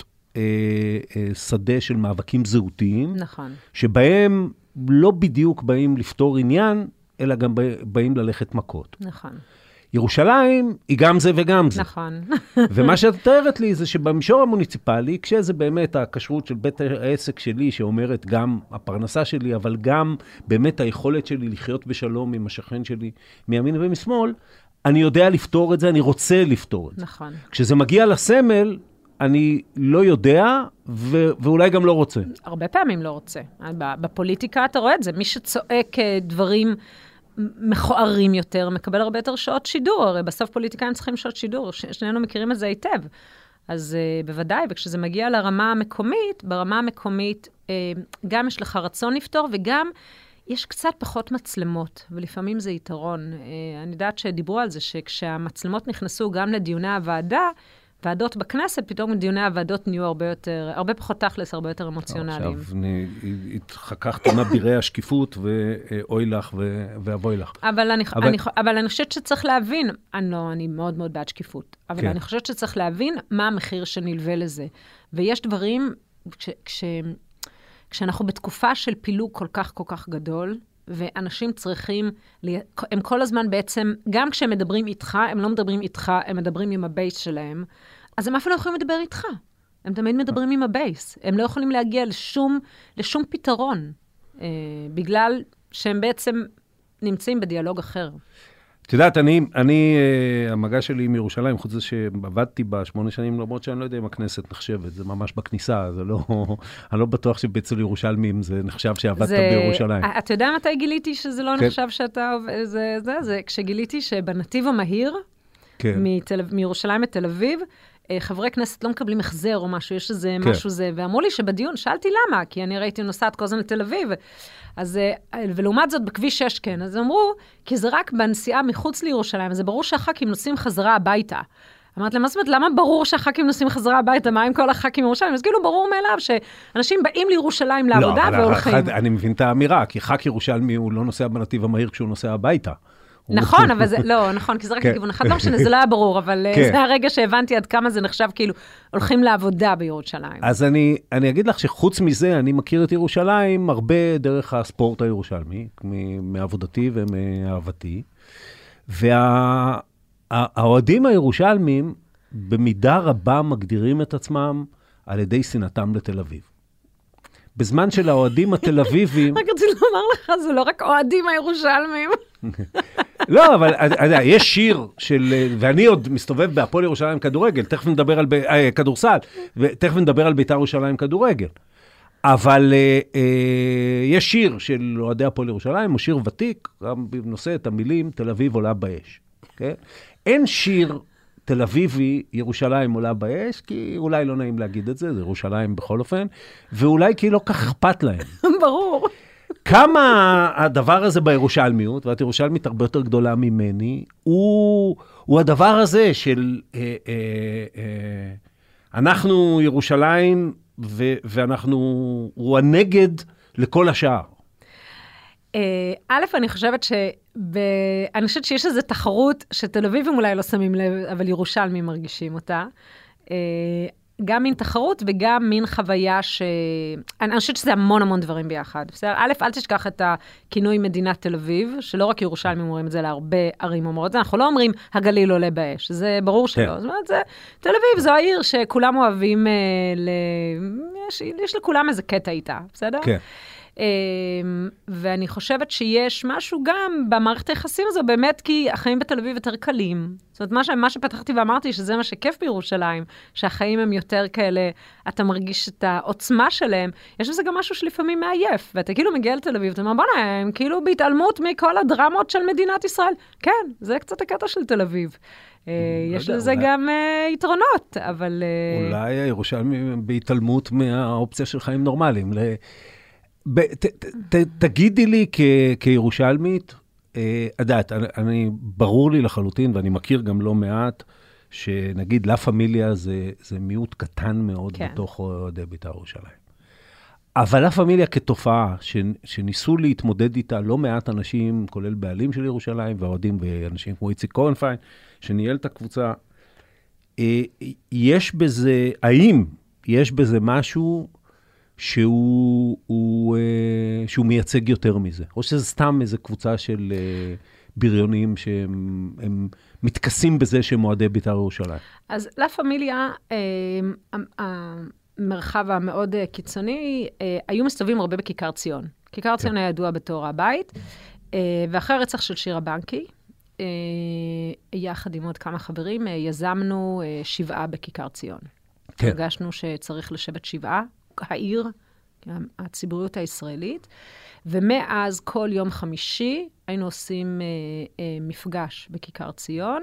שדה של מאבקים זהותיים, נכון. שבהם לא בדיוק באים לפתור עניין, אלא גם באים ללכת מכות. נכון. ירושלים היא גם זה וגם זה. נכון. ומה שאת מתארת לי זה שבמישור המוניציפלי, כשזה באמת הכשרות של בית העסק שלי, שאומרת גם הפרנסה שלי, אבל גם באמת היכולת שלי לחיות בשלום עם השכן שלי מימין ומשמאל, אני יודע לפתור את זה, אני רוצה לפתור את זה. נכון. כשזה מגיע לסמל, אני לא יודע, ואולי גם לא רוצה. הרבה פעמים לא רוצה. בפוליטיקה אתה רואה את זה. מי שצועק דברים מכוערים יותר, מקבל הרבה יותר שעות שידור. הרי בסוף פוליטיקאים צריכים שעות שידור. שנינו מכירים את זה היטב. אז בוודאי, וכשזה מגיע לרמה המקומית, ברמה המקומית גם יש לך רצון לפתור, וגם יש קצת פחות מצלמות, ולפעמים זה יתרון. אני יודעת שדיברו על זה, שכשהמצלמות נכנסו גם לדיוני הוועדה, ועדות בכנסת, פתאום דיוני הוועדות נהיו הרבה פחות תכלס, הרבה יותר אמוציונליים. עכשיו, התחככת מבירי השקיפות, ואוי לך ואבוי לך. אבל אני חושבת שצריך להבין, אני מאוד מאוד בעד שקיפות, אבל אני חושבת שצריך להבין מה המחיר שנלווה לזה. ויש דברים, כשאנחנו בתקופה של פילוג כל כך גדול, ואנשים צריכים, הם כל הזמן בעצם, גם כשהם מדברים איתך, הם לא מדברים איתך, הם מדברים עם הבייס שלהם, אז הם אפילו לא יכולים לדבר איתך. הם תמיד מדברים עם הבייס. הם לא יכולים להגיע לשום פתרון, בגלל שהם בעצם נמצאים בדיאלוג אחר. את יודעת, המגע שלי עם ירושלים, חוץ זה שעבדתי ב8 שנים, למרות שאני לא יודע אם הכנסת נחשבת, זה ממש בכניסה, אני לא בטוח שבצל ירושלמים זה נחשב שעבדת בירושלים. אתה יודע מתי גיליתי שזה לא נחשב שאתה, זה כשגיליתי שבנתיב המהיר, מירושלים לתל אביב, חברי כנסת לא מקבלים החזר או משהו, יש איזה משהו זה, ואמרו לי שבדיון, שאלתי למה, כי אני ראיתי נוסעת כל הזמן לתל אביב, אז, ולעומת זאת בכביש 6 כן, אז אמרו, כי זה רק בנסיעה מחוץ לירושלים, אז זה ברור שהח"כים נוסעים חזרה הביתה. אמרת להם, מה זאת אומרת, למה ברור שהח"כים נוסעים חזרה הביתה? מה עם כל הח"כים בירושלים? אז כאילו ברור מאליו שאנשים באים לירושלים לעבודה והולכים. אני מבין את האמירה, כי ח"כ ירושלמי הוא לא נוסע בנתיב המהיר כשהוא נוסע הביתה. נכון, אבל זה, לא, נכון, כי זה רק לכיוון אחד, לא משנה, זה לא היה ברור, אבל זה הרגע שהבנתי עד כמה זה נחשב, כאילו, הולכים לעבודה בירושלים. אז אני אגיד לך שחוץ מזה, אני מכיר את ירושלים הרבה דרך הספורט הירושלמי, מעבודתי ומאהבתי, והאוהדים הירושלמים, במידה רבה מגדירים את עצמם על ידי שנאתם לתל אביב. בזמן של האוהדים התל אביבים... רק רציתי לומר לך, זה לא רק אוהדים הירושלמים. לא, אבל יש שיר של... ואני עוד מסתובב בהפועל ירושלים כדורגל, תכף נדבר על כדורסל, ותכף נדבר על בית"ר ירושלים כדורגל. אבל יש שיר של אוהדי הפועל ירושלים, הוא שיר ותיק, גם נושא את המילים, תל אביב עולה באש. אין שיר תל אביבי, ירושלים עולה באש, כי אולי לא נעים להגיד את זה, זה ירושלים בכל אופן, ואולי כי לא כך אכפת להם. ברור. כמה הדבר הזה בירושלמיות, ואת ירושלמית הרבה יותר גדולה ממני, הוא הדבר הזה של אנחנו ירושלים, הוא הנגד לכל השאר. א', אני חושבת שיש איזו תחרות שתל אביבים אולי לא שמים לב, אבל ירושלמים מרגישים אותה. גם מין תחרות וגם מין חוויה אני חושבת שזה המון המון דברים ביחד. בסדר? א', אל תשכח את הכינוי מדינת תל אביב, שלא רק ירושלמים אומרים את זה להרבה ערים אומרות. אנחנו לא אומרים הגליל עולה באש, זה ברור שלא. זאת אומרת, תל אביב זו העיר שכולם אוהבים, יש לכולם איזה קטע איתה, בסדר? כן. ואני חושבת שיש משהו גם במערכת היחסים הזו, באמת כי החיים בתל אביב יותר קלים. זאת אומרת, מה שפתחתי ואמרתי, שזה מה שכיף בירושלים, שהחיים הם יותר כאלה, אתה מרגיש את העוצמה שלהם, יש בזה גם משהו שלפעמים מעייף, ואתה כאילו מגיע לתל אביב, אתה אומר, בוא נהם, כאילו בהתעלמות מכל הדרמות של מדינת ישראל. כן, זה קצת הקטע של תל אביב. יש לזה גם יתרונות, אבל... אולי הירושלמים בהתעלמות מהאופציה של חיים נורמליים. תגידי לי כירושלמית, עדת, ברור לי לחלוטין, ואני מכיר גם לא מעט, שנגיד לה פמיליה זה מיעוט קטן מאוד בתוך אוהדי בית"ר ירושלים. אבל לה פמיליה כתופעה, שניסו להתמודד איתה לא מעט אנשים, כולל בעלים של ירושלים, והאוהדים ואנשים כמו איציק קורנפיין, שניהל את הקבוצה, יש בזה, האם יש בזה משהו שהוא מייצג יותר מזה? או שזה סתם איזו קבוצה של בריונים שהם מתכסים בזה שהם אוהדי בית"ר ירושלים? אז לה פמיליה, המרחב המאוד קיצוני, היו מסתובבים הרבה בכיכר ציון. כיכר ציון היה ידוע בתור הבית, ואחרי הרצח של שירה בנקי, יחד עם עוד כמה חברים, יזמנו 7 בכיכר ציון. הרגשנו שצריך לשבת 7, העיר, הציבוריות הישראלית, ומאז כל יום חמישי היינו עושים מפגש בכיכר ציון,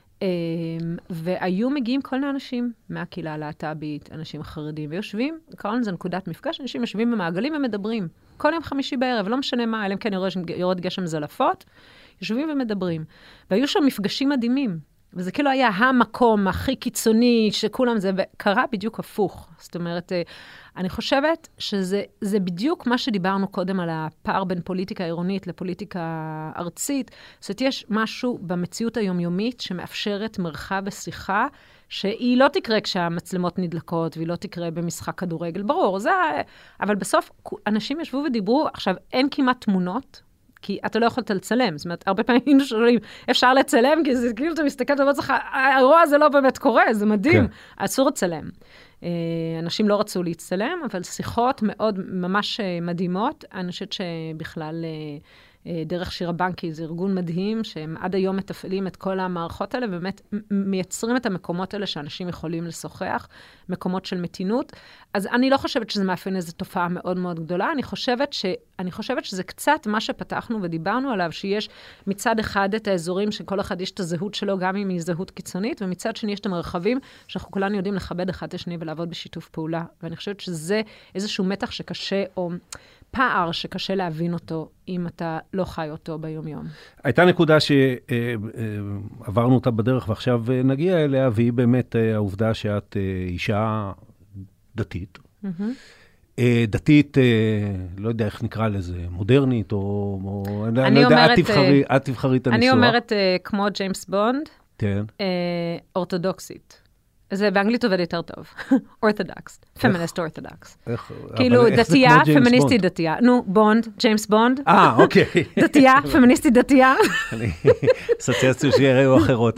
והיו מגיעים כל מיני אנשים מהקהילה הלהט"בית, אנשים חרדים, ויושבים, קראנו לזה נקודת מפגש, אנשים יושבים במעגלים ומדברים, כל יום חמישי בערב, לא משנה מה, אלא אם כן יורד גשם זלפות, יושבים ומדברים. והיו שם מפגשים מדהימים, וזה כאילו היה המקום הכי קיצוני שכולם זה, וקרה בדיוק הפוך. זאת אומרת, אני חושבת שזה בדיוק מה שדיברנו קודם על הפער בין פוליטיקה עירונית לפוליטיקה ארצית. זאת אומרת, יש משהו במציאות היומיומית שמאפשרת מרחב ושיחה, שהיא לא תקרה כשהמצלמות נדלקות, והיא לא תקרה במשחק כדורגל, ברור. אבל בסוף אנשים ישבו ודיברו, עכשיו אין כמעט תמונות, כי אתה לא יכולת לצלם. זאת אומרת, הרבה פעמים שואלים, אפשר לצלם, כי זה כאילו אתה מסתכל, אתה אומר לך, האירוע הזה לא באמת קורה, זה מדהים. אסור לצלם. אנשים לא רצו להצטלם, אבל שיחות מאוד ממש מדהימות. אני חושבת שבכלל דרך שירה בנקי זה ארגון מדהים, שהם עד היום מתפעלים את כל המערכות האלה, ובאמת מייצרים את המקומות האלה שאנשים יכולים לשוחח, מקומות של מתינות. אז אני לא חושבת שזה מאפיין איזו תופעה מאוד מאוד גדולה, אני חושבת שזה קצת מה שפתחנו ודיברנו עליו, שיש מצד אחד את האזורים שכל אחד יש את הזהות שלו, גם אם היא זהות קיצונית, ומצד שני יש את המרחבים שאנחנו כולנו יודעים לכבד אחד את השני ולעבוד בשיתוף פעולה. ואני חושבת שזה איזשהו מתח שקשה, או פער שקשה להבין אותו, אם אתה לא חי אותו ביום-יום. הייתה נקודה שעברנו אותה בדרך, ועכשיו נגיע אליה, והיא באמת העובדה שאת אישה דתית. דתית, לא יודע איך נקרא לזה, מודרנית, או אני לא יודע, את תבחרי את הניסוח. אני אומרת, כמו ג'יימס בונד, כן. אורתודוקסית. זה באנגלית עובד יותר טוב. אורתודוקס, פמיניסט אורתודוקס. כאילו, איך זה דתייה, כמו ג'יימס פמיניסטית בונד? דתייה. נו, בונד, ג'יימס בונד. אוקיי. דתייה, פמיניסטית דתייה. אסוציאציות שיראו אחרות.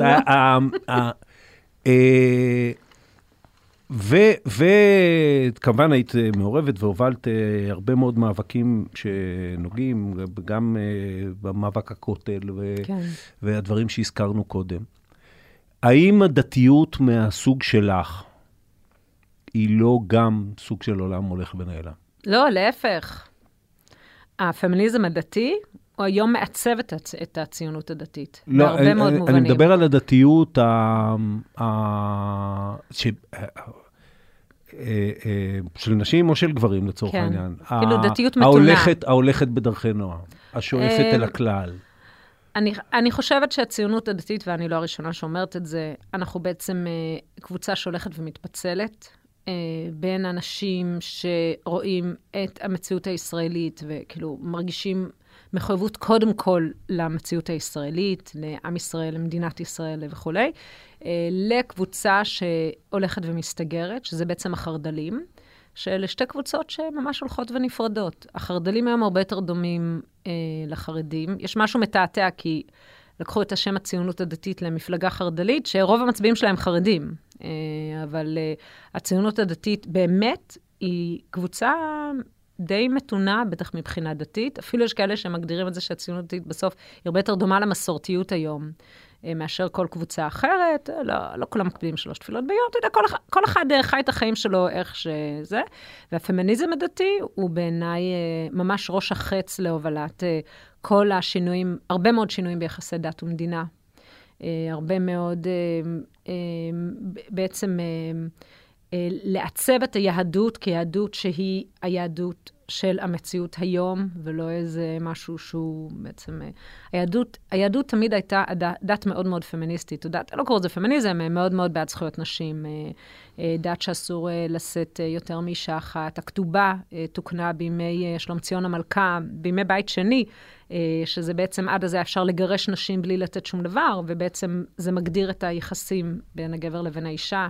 וכמובן היית מעורבת והובלת הרבה מאוד מאבקים שנוגעים, גם במאבק הכותל והדברים שהזכרנו קודם. האם הדתיות מהסוג שלך היא לא גם סוג של עולם הולך ונעלם? לא, להפך. הפמיניזם הדתי הוא היום מעצב את הציונות הדתית. לא, בהרבה מאוד מובנים. אני מדבר על הדתיות של נשים או של גברים לצורך העניין. כאילו דתיות מתונה. ההולכת בדרכי נועם, השואפת אל הכלל. אני חושבת שהציונות הדתית, ואני לא הראשונה שאומרת את זה, אנחנו בעצם קבוצה שהולכת ומתפצלת, בין אנשים שרואים את המציאות הישראלית, וכאילו מרגישים מחויבות קודם כל למציאות הישראלית, לעם ישראל, למדינת ישראל וכו', לקבוצה שהולכת ומסתגרת, שזה בעצם החרדלים, שאלה שתי קבוצות שממש הולכות ונפרדות. החרדלים היום הרבה יותר דומים לחרדים. יש משהו מתעתע כי לקחו את השם הציונות הדתית למפלגה חרדלית, שרוב המצביעים שלהם חרדים. אבל הציונות הדתית באמת היא קבוצה די מתונה, בטח מבחינה דתית. אפילו יש כאלה שמגדירים את זה שהציונות הדתית בסוף היא הרבה יותר דומה למסורתיות היום, מאשר כל קבוצה אחרת. לא כולם מקפידים 3 תפילות ביום, אתה יודע, כל אחד חי את החיים שלו איך שזה. והפמיניזם הדתי הוא בעיניי ממש ראש החץ להובלת כל השינויים, הרבה מאוד שינויים ביחסי דת ומדינה. הרבה מאוד בעצם לעצב את היהדות כיהדות שהיא היהדות של המציאות היום, ולא איזה משהו שהוא בעצם... היהדות תמיד הייתה דת מאוד מאוד פמיניסטית. לא קורא לזה פמיניזם, מאוד מאוד בעד זכויות נשים. דת שאסור לשאת יותר מאישה אחת. הכתובה תוקנה בימי שלומציון המלכה, בימי בית שני, שזה בעצם עד אז אפשר לגרש נשים בלי לתת שום דבר, ובעצם זה מגדיר את היחסים בין הגבר לבין האישה.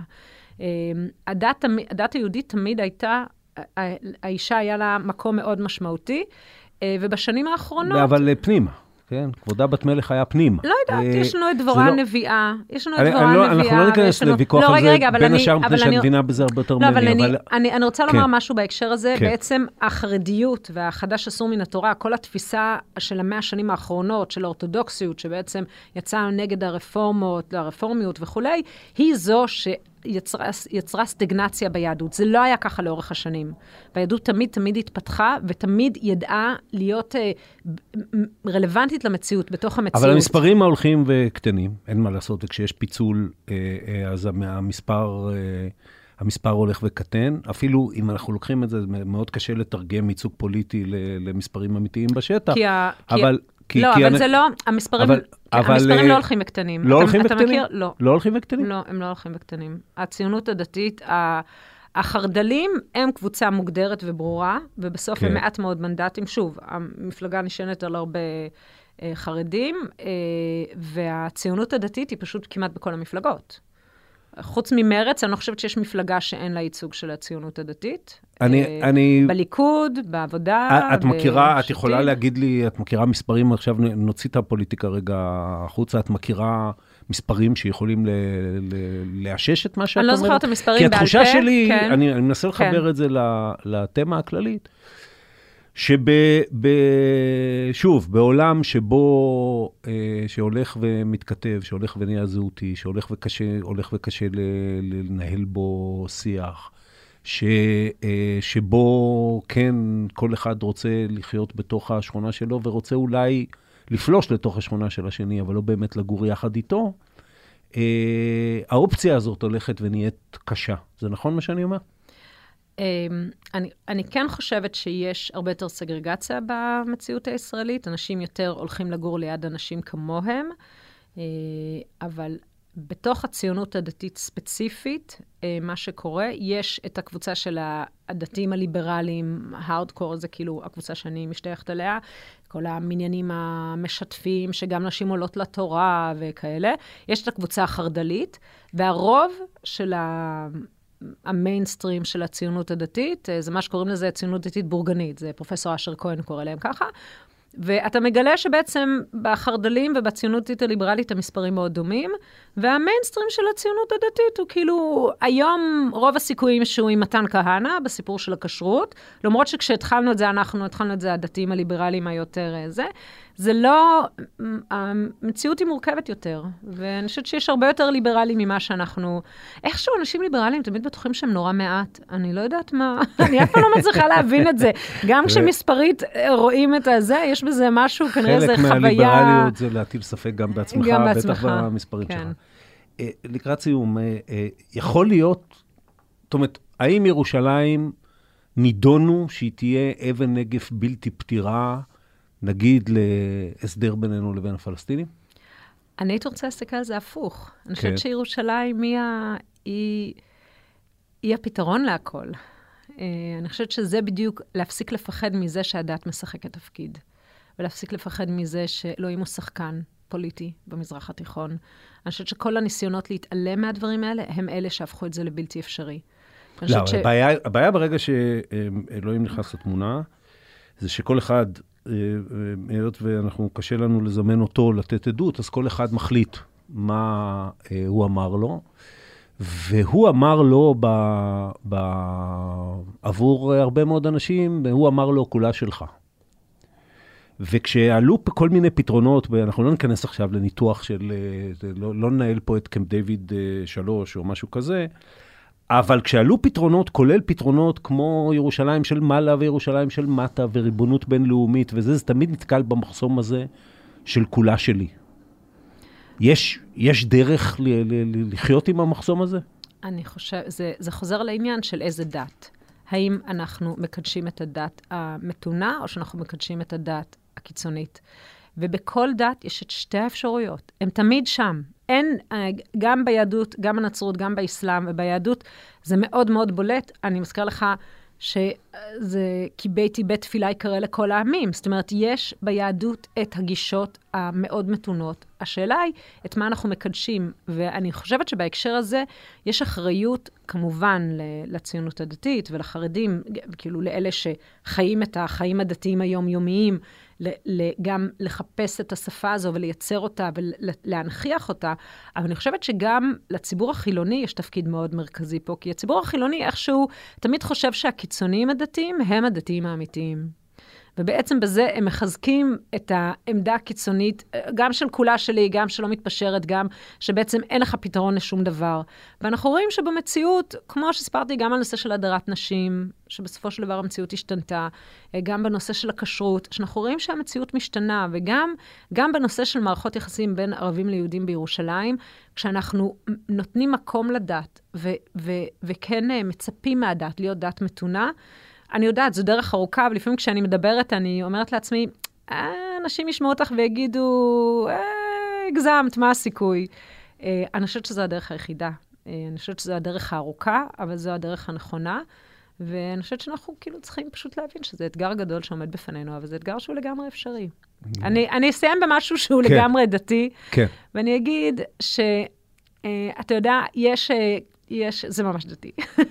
הדת היהודית תמיד הייתה, האישה היה לה מקום מאוד משמעותי, ובשנים האחרונות... אבל פנימה, כן? כבודה בת מלך היה פנימה. לא יודעת, יש לנו את דבורה הנביאה, אנחנו לא ניכנס לוויכוח על זה, בין השאר מפני שהמדינה בזה הרבה יותר ממני. אני רוצה לומר משהו בהקשר הזה, בעצם החרדיות והחדש אסור מן התורה, כל התפיסה של 100 השנים האחרונות, של האורתודוקסיות, שבעצם יצאה נגד הרפורמות, הרפורמיות וכו', היא זו יצרה סטגנציה ביהדות. זה לא היה ככה לאורך השנים. ביהדות תמיד התפתחה, ותמיד ידעה להיות רלוונטית למציאות, בתוך המציאות. אבל המספרים ההולכים וקטנים, אין מה לעשות, וכשיש פיצול, אז המספר הולך וקטן. אפילו אם אנחנו לוקחים את זה, מאוד קשה לתרגם ייצוג פוליטי למספרים אמיתיים בשטח. אבל זה לא, המספרים לא הולכים וקטנים. לא הולכים וקטנים? לא. לא הולכים וקטנים? לא, הם לא הולכים וקטנים. הציונות הדתית, החרדלים הם קבוצה מוגדרת וברורה, ובסוף הם מעט מאוד מנדטים. שוב, המפלגה נשענת על הרבה חרדים, והציונות הדתית היא פשוט כמעט בכל המפלגות. חוץ ממרץ, אני לא חושבת שיש מפלגה שאין לה ייצוג של הציונות הדתית. בליכוד, בעבודה. את יכולה להגיד לי, את מכירה מספרים, עכשיו נוציא את הפוליטיקה רגע החוצה, את מכירה מספרים שיכולים לאשש את מה שאת אומרת? אני לא זוכרת את המספרים בעל פה. כי התחושה שלי, אני מנסה לחבר את זה לתמה הכללית, שוב, בעולם שבו, שהולך ומתכתב, שהולך ונהיה זהותי, שהולך וקשה לנהל בו שיח, שבו כן כל אחד רוצה לחיות בתוך השכונה שלו, ורוצה אולי לפלוש לתוך השכונה של השני, אבל לא באמת לגור יחד איתו, האופציה הזאת הולכת ונהיית קשה. זה נכון מה שאני אומר? אני כן חושבת שיש הרבה יותר סגרגציה במציאות הישראלית, אנשים יותר הולכים לגור ליד אנשים כמוהם, אבל בתוך הציונות הדתית ספציפית, מה שקורה, יש את הקבוצה של הדתיים הליברליים, הארדקור, זה כאילו הקבוצה שאני משתייכת אליה, כל המניינים המשתפים, שגם נשים עולות לתורה וכאלה. יש את הקבוצה החרדלית, והרוב של המיינסטרים של הציונות הדתית, זה מה שקוראים לזה ציונות דתית בורגנית, זה פרופסור אשר כהן קורא להם ככה, ואתה מגלה שבעצם בחרדלים ובציונות הדתית הליברלית המספרים מאוד דומים, והמיינסטרים של הציונות הדתית הוא כאילו, היום רוב הסיכויים שהוא עם מתן כהנא, בסיפור של הכשרות, למרות שכשהתחלנו את זה, אנחנו התחלנו את זה הדתיים הליברליים היותר זה לא, המציאות היא מורכבת יותר, ואני חושבת שיש הרבה יותר ליברלים ממה שאנחנו, איכשהו אנשים ליברליים תמיד בטוחים שהם נורא מעט, אני לא יודעת מה, אני אף פעם לא מצליחה להבין את זה, גם כשמספרית רואים את הזה, יש בזה משהו, כנראה זה חוויה. חלק מהליברליות זה להטיל ספק גם בעצמך, בטח במספרית שלך. לקראת סיום, יכול להיות, זאת אומרת, האם ירושלים נידונו שהיא תהיה אבן נגף בלתי פתירה, נגיד להסדר בינינו לבין הפלסטינים? אני הייתי רוצה להסתכל על זה הפוך. אני חושבת שירושלים היא הפתרון להכל. אני חושבת שזה בדיוק להפסיק לפחד מזה שהדת משחקת תפקיד, ולהפסיק לפחד מזה שאלוהים הוא שחקן פוליטי במזרח התיכון. אני חושבת שכל הניסיונות להתעלם מהדברים האלה, הם אלה שהפכו את זה לבלתי אפשרי. לא, הבעיה ברגע שאלוהים נכנס לתמונה, זה שכל אחד, היות ואנחנו קשה לנו לזמן אותו לתת עדות, אז כל אחד מחליט מה הוא אמר לו, והוא אמר לו עבור הרבה מאוד אנשים, הוא אמר לו כולה שלך. וכשעלו כל מיני פתרונות, אנחנו לא ניכנס עכשיו לניתוח של, לא ננהל פה את קמפ דיוויד 3 או משהו כזה, אבל כשעלו פתרונות, כולל פתרונות כמו ירושלים של מעלה וירושלים של מטה וריבונות בינלאומית וזה, זה תמיד נתקל במחסום הזה של כולה שלי. יש דרך לחיות עם המחסום הזה? אני חושב, זה חוזר לעניין של איזה דת. האם אנחנו מקדשים את הדת המתונה, או שאנחנו מקדשים את הדת הקיצונית? ובכל דת יש את שתי האפשרויות. הם תמיד שם. אין, גם ביהדות, גם בנצרות, גם באסלאם וביהדות, זה מאוד מאוד בולט. אני מזכיר לך שזה כי ביתי בית תפילה יקרא לכל העמים. זאת אומרת, יש ביהדות את הגישות המאוד מתונות. השאלה היא, את מה אנחנו מקדשים? ואני חושבת שבהקשר הזה, יש אחריות כמובן לציונות הדתית ולחרדים, כאילו לאלה שחיים את החיים הדתיים היומיומיים, גם לחפש את השפה הזו ולייצר אותה ולהנכיח אותה, אבל אני חושבת שגם לציבור החילוני יש תפקיד מאוד מרכזי פה, כי הציבור החילוני איכשהו תמיד חושב שהקיצוניים הדתיים הם הדתיים האמיתיים. ובעצם בזה הם מחזקים את העמדה הקיצונית, גם של כולה שלי, גם שלא מתפשרת, גם שבעצם אין לך פתרון לשום דבר. ואנחנו רואים שבמציאות, כמו שספרתי גם על נושא של הדרת נשים, שבסופו של דבר המציאות השתנתה, גם בנושא של הכשרות, שאנחנו רואים שהמציאות משתנה, וגם בנושא של מערכות יחסים בין ערבים ליהודים בירושלים, כשאנחנו נותנים מקום לדת, וכן מצפים מהדת להיות דת מתונה, אני יודעת, זו דרך ארוכה, ולפעמים כשאני מדברת, אני אומרת לעצמי, אנשים ישמעו אותך ויגידו, הגזמת, מה הסיכוי? אני חושבת שזו הדרך היחידה. אני חושבת שזו הדרך הארוכה, אבל זו הדרך הנכונה, ואני חושבת שאנחנו כאילו צריכים פשוט להבין שזה אתגר גדול שעומד בפנינו, אבל זה אתגר שהוא לגמרי אפשרי. אני אסיים במשהו שהוא לגמרי דתי, ואני אגיד שאתה יודע, זה ממש דתי.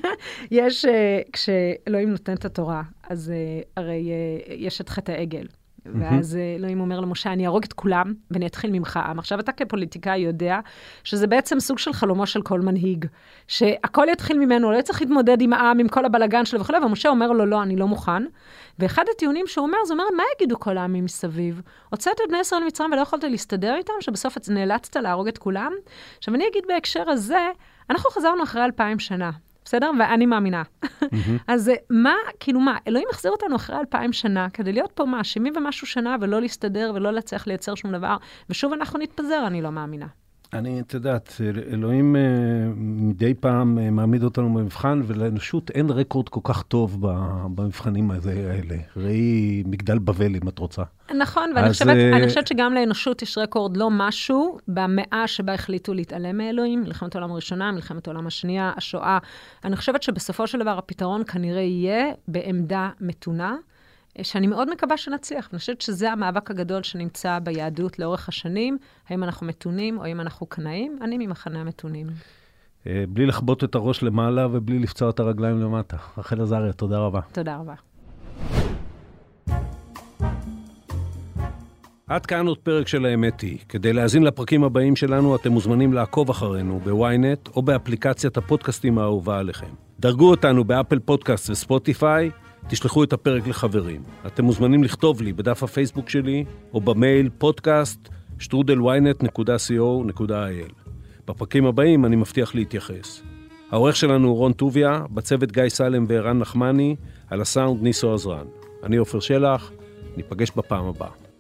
כשאלוהים נותן את התורה, אז הרי יש את חטא העגל. ואז אלוהים אומר למשה, אני ארוג את כולם, ואני אתחיל ממך עם. עכשיו אתה כפוליטיקאי יודע שזה בעצם סוג של חלומו של כל מנהיג, שהכל יתחיל ממנו, לא צריך להתמודד עם העם, עם כל הבלגן שלו וכו', ומשה אומר לו, לא, אני לא מוכן. ואחד הטיעונים שהוא אומר, זה אומר, מה יגידו כל העמים מסביב? הוצאת את בני ישראל למצרים ולא יכולת להסתדר איתם, שבסוף את נאלצת להרוג את כולם? עכשיו אני אגיד בהקשר הזה, אנחנו חזרנו אחרי 2000 שנה. בסדר? ואני מאמינה. אז מה, כאילו מה, אלוהים יחזיר אותנו אחרי 2000 שנה, כדי להיות פה מה, 70 ומשהו שנה, ולא להסתדר, ולא להצליח לייצר שום דבר, ושוב אנחנו נתפזר, אני לא מאמינה. את יודעת, אלוהים מדי פעם מעמיד אותנו במבחן, ולאנושות אין רקורד כל כך טוב במבחנים האלה. ראי מגדל בבל, אם את רוצה. נכון, ואני חושבת שגם לאנושות יש רקורד לא משהו, במאה שבה החליטו להתעלם מאלוהים, מלחמת העולם הראשונה, מלחמת העולם השנייה, השואה. אני חושבת שבסופו של דבר הפתרון כנראה יהיה בעמדה מתונה, שאני מאוד מקווה שנצליח. אני חושבת שזה המאבק הגדול שנמצא ביהדות לאורך השנים, האם אנחנו מתונים או האם אנחנו קנאים, אני ממחנה המתונים. בלי לחבוט את הראש למעלה ובלי לפצוע את הרגליים למטה. רחל עזריה, תודה רבה. תודה רבה. עד כאן עוד פרק של האמת היא. כדי להאזין לפרקים הבאים שלנו, אתם מוזמנים לעקוב אחרינו בוויינט או באפליקציית הפודקאסטים האהובה עליכם. דרגו אותנו באפל פודקאסט וספוטיפיי, תשלחו את הפרק לחברים. אתם מוזמנים לכתוב לי בדף הפייסבוק שלי, או במייל podcast@ynet.co.il. בפרקים הבאים אני מבטיח להתייחס. העורך שלנו הוא רון טוביה, בצוות גיא סלם וערן נחמני, על הסאונד ניסו עזרן. אני עופר שלח, ניפגש בפעם הבאה.